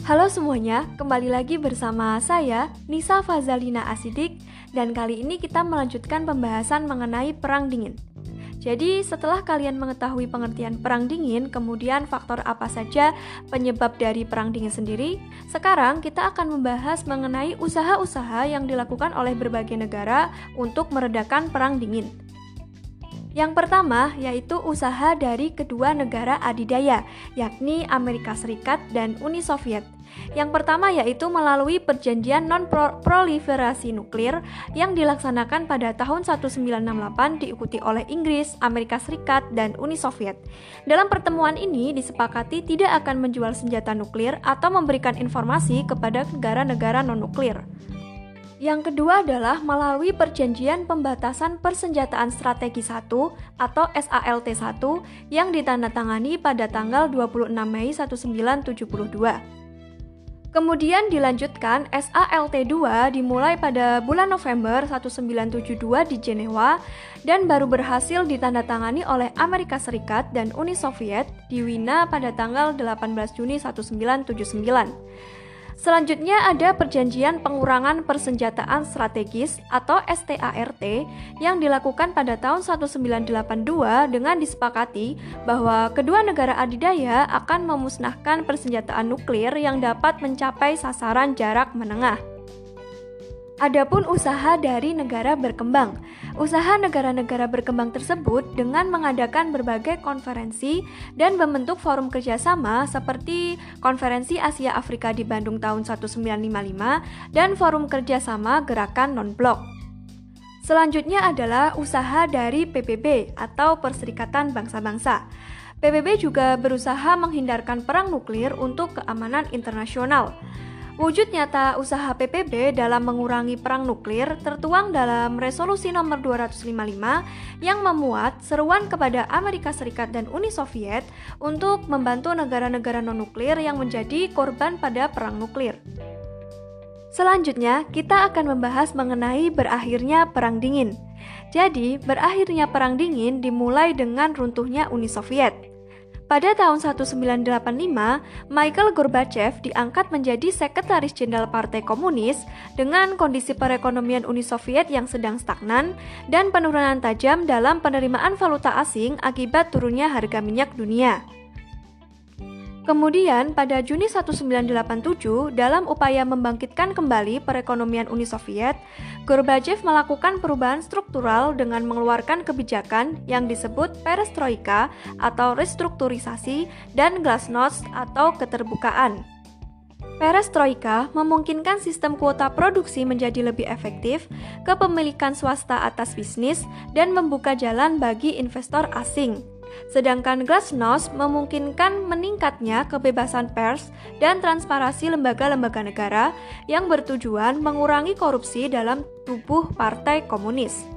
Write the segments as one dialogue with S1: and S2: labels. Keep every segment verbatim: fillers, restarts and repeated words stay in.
S1: Halo semuanya, kembali lagi bersama saya, Nisa Fazalina Asidik, dan kali ini kita melanjutkan pembahasan mengenai Perang Dingin. Jadi, setelah kalian mengetahui pengertian Perang Dingin, kemudian faktor apa saja penyebab dari Perang Dingin sendiri, sekarang kita akan membahas mengenai usaha-usaha yang dilakukan oleh berbagai negara untuk meredakan Perang Dingin. Yang pertama yaitu usaha dari kedua negara adidaya, yakni Amerika Serikat dan Uni Soviet. Yang pertama yaitu melalui perjanjian non-proliferasi nuklir yang dilaksanakan pada tahun seribu sembilan ratus enam puluh delapan diikuti oleh Inggris, Amerika Serikat, dan Uni Soviet. Dalam pertemuan ini disepakati tidak akan menjual senjata nuklir atau memberikan informasi kepada negara-negara non-nuklir. Yang kedua adalah melalui Perjanjian Pembatasan Persenjataan Strategi satu atau S A L T satu yang ditandatangani pada tanggal dua puluh enam Mei seribu sembilan ratus tujuh puluh dua. Kemudian dilanjutkan S A L T dua dimulai pada bulan November seribu sembilan ratus tujuh puluh dua di Jenewa dan baru berhasil ditandatangani oleh Amerika Serikat dan Uni Soviet di Wina pada tanggal delapan belas Juni seribu sembilan ratus tujuh puluh sembilan. Selanjutnya ada Perjanjian Pengurangan Persenjataan Strategis atau S T A R T yang dilakukan pada tahun seribu sembilan ratus delapan puluh dua dengan disepakati bahwa kedua negara adidaya akan memusnahkan persenjataan nuklir yang dapat mencapai sasaran jarak menengah. Adapun usaha dari negara berkembang. Usaha negara-negara berkembang tersebut dengan mengadakan berbagai konferensi dan membentuk forum kerjasama seperti Konferensi Asia Afrika di Bandung tahun seribu sembilan ratus lima puluh lima dan Forum Kerjasama Gerakan Non-Blok. Selanjutnya adalah usaha dari P B B atau Perserikatan Bangsa-Bangsa. P B B juga berusaha menghindarkan perang nuklir untuk keamanan internasional. Wujud nyata usaha P B B dalam mengurangi perang nuklir tertuang dalam Resolusi nomor dua ratus lima puluh lima yang memuat seruan kepada Amerika Serikat dan Uni Soviet untuk membantu negara-negara non-nuklir yang menjadi korban pada perang nuklir. Selanjutnya, kita akan membahas mengenai berakhirnya Perang Dingin. Jadi, berakhirnya Perang Dingin dimulai dengan runtuhnya Uni Soviet. Pada tahun seribu sembilan ratus delapan puluh lima, Mikhail Gorbachev diangkat menjadi Sekretaris Jenderal Partai Komunis dengan kondisi perekonomian Uni Soviet yang sedang stagnan dan penurunan tajam dalam penerimaan valuta asing akibat turunnya harga minyak dunia. Kemudian pada Juni seribu sembilan ratus delapan puluh tujuh, dalam upaya membangkitkan kembali perekonomian Uni Soviet, Gorbachev melakukan perubahan struktural dengan mengeluarkan kebijakan yang disebut perestroika atau restrukturisasi dan glasnost atau keterbukaan. Perestroika memungkinkan sistem kuota produksi menjadi lebih efektif, kepemilikan swasta atas bisnis, dan membuka jalan bagi investor asing. Sedangkan glasnost memungkinkan meningkatnya kebebasan pers dan transparansi lembaga-lembaga negara yang bertujuan mengurangi korupsi dalam tubuh Partai Komunis.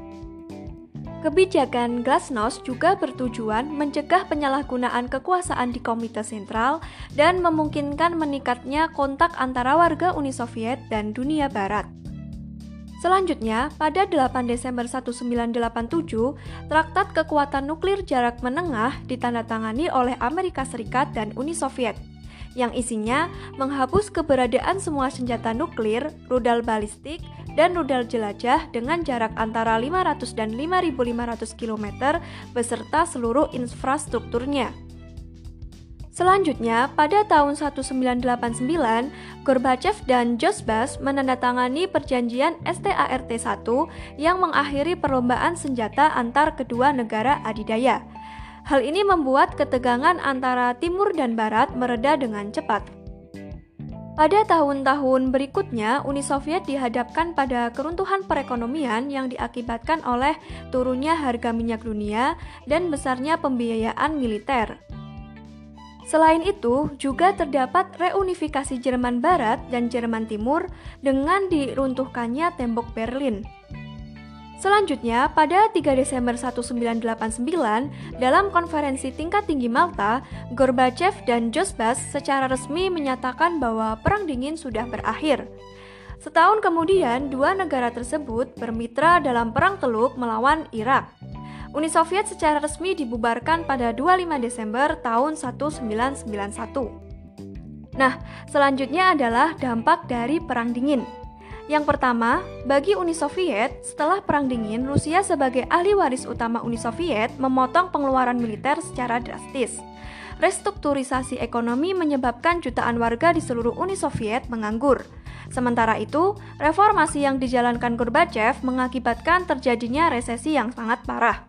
S1: Kebijakan glasnost juga bertujuan mencegah penyalahgunaan kekuasaan di Komite Sentral dan memungkinkan meningkatnya kontak antara warga Uni Soviet dan dunia Barat. Selanjutnya, pada delapan Desember seribu sembilan ratus delapan puluh tujuh, Traktat Kekuatan Nuklir Jarak Menengah ditandatangani oleh Amerika Serikat dan Uni Soviet, yang isinya menghapus keberadaan semua senjata nuklir, rudal balistik, dan rudal jelajah dengan jarak antara lima ratus dan lima ribu lima ratus kilometer beserta seluruh infrastrukturnya. Selanjutnya, pada tahun seribu sembilan ratus delapan puluh sembilan, Gorbachev dan Josbas menandatangani Perjanjian S T A R T satu yang mengakhiri perlombaan senjata antar kedua negara adidaya. Hal ini membuat ketegangan antara Timur dan Barat mereda dengan cepat. Pada tahun-tahun berikutnya, Uni Soviet dihadapkan pada keruntuhan perekonomian yang diakibatkan oleh turunnya harga minyak dunia dan besarnya pembiayaan militer. Selain itu, juga terdapat reunifikasi Jerman Barat dan Jerman Timur dengan diruntuhkannya tembok Berlin. Selanjutnya, pada tiga Desember seribu sembilan ratus delapan puluh sembilan, dalam konferensi tingkat tinggi Malta, Gorbachev dan Josbas secara resmi menyatakan bahwa Perang Dingin sudah berakhir. Setahun kemudian, dua negara tersebut bermitra dalam Perang Teluk melawan Irak. Uni Soviet secara resmi dibubarkan pada dua puluh lima Desember tahun seribu sembilan ratus sembilan puluh satu. Nah, selanjutnya adalah dampak dari Perang Dingin. Yang pertama, bagi Uni Soviet, setelah Perang Dingin, Rusia sebagai ahli waris utama Uni Soviet memotong pengeluaran militer secara drastis. Restrukturisasi ekonomi menyebabkan jutaan warga di seluruh Uni Soviet menganggur. Sementara itu, reformasi yang dijalankan Gorbachev mengakibatkan terjadinya resesi yang sangat parah.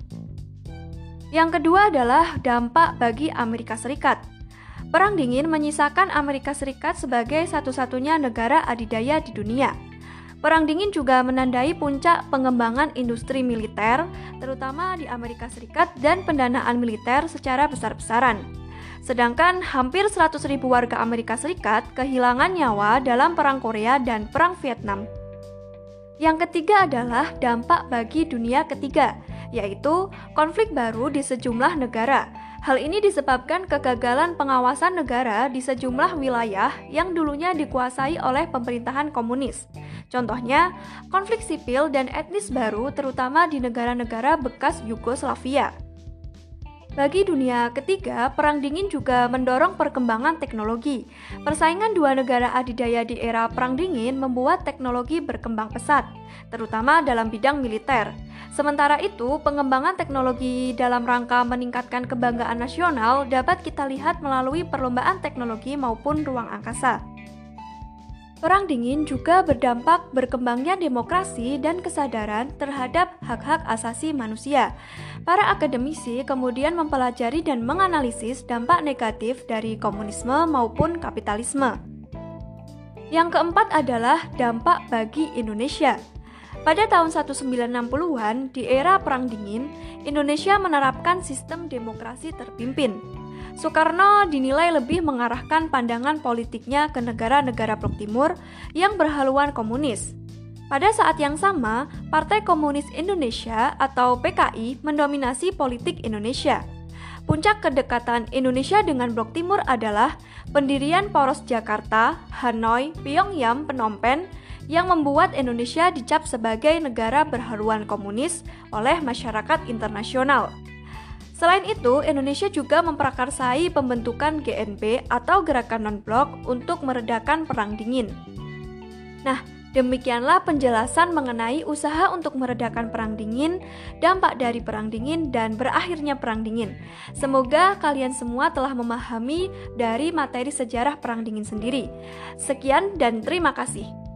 S1: Yang kedua adalah dampak bagi Amerika Serikat. Perang Dingin menyisakan Amerika Serikat sebagai satu-satunya negara adidaya di dunia. Perang Dingin juga menandai puncak pengembangan industri militer, terutama di Amerika Serikat dan pendanaan militer secara besar-besaran. Sedangkan hampir seratus ribu warga Amerika Serikat kehilangan nyawa dalam Perang Korea dan Perang Vietnam. Yang ketiga adalah dampak bagi dunia ketiga, yaitu konflik baru di sejumlah negara. Hal ini disebabkan kegagalan pengawasan negara di sejumlah wilayah yang dulunya dikuasai oleh pemerintahan komunis. Contohnya, konflik sipil dan etnis baru terutama di negara-negara bekas Yugoslavia. Bagi dunia ketiga, Perang Dingin juga mendorong perkembangan teknologi. Persaingan dua negara adidaya di era Perang Dingin membuat teknologi berkembang pesat, terutama dalam bidang militer. Sementara itu, pengembangan teknologi dalam rangka meningkatkan kebanggaan nasional dapat kita lihat melalui perlombaan teknologi maupun ruang angkasa. Perang Dingin juga berdampak berkembangnya demokrasi dan kesadaran terhadap hak-hak asasi manusia. Para akademisi kemudian mempelajari dan menganalisis dampak negatif dari komunisme maupun kapitalisme. Yang keempat adalah dampak bagi Indonesia. Pada tahun seribu sembilan ratus enam puluhan, di era Perang Dingin, Indonesia menerapkan sistem demokrasi terpimpin. Soekarno dinilai lebih mengarahkan pandangan politiknya ke negara-negara Blok Timur yang berhaluan komunis. Pada saat yang sama, Partai Komunis Indonesia atau P K I mendominasi politik Indonesia. Puncak kedekatan Indonesia dengan Blok Timur adalah pendirian Poros Jakarta, Hanoi, Pyongyang, Phnom Penh yang membuat Indonesia dicap sebagai negara berhaluan komunis oleh masyarakat internasional. Selain itu, Indonesia juga memprakarsai pembentukan G N B atau Gerakan Non-Blok untuk meredakan Perang Dingin. Nah, demikianlah penjelasan mengenai usaha untuk meredakan Perang Dingin, dampak dari Perang Dingin, dan berakhirnya Perang Dingin. Semoga kalian semua telah memahami dari materi sejarah Perang Dingin sendiri. Sekian dan terima kasih.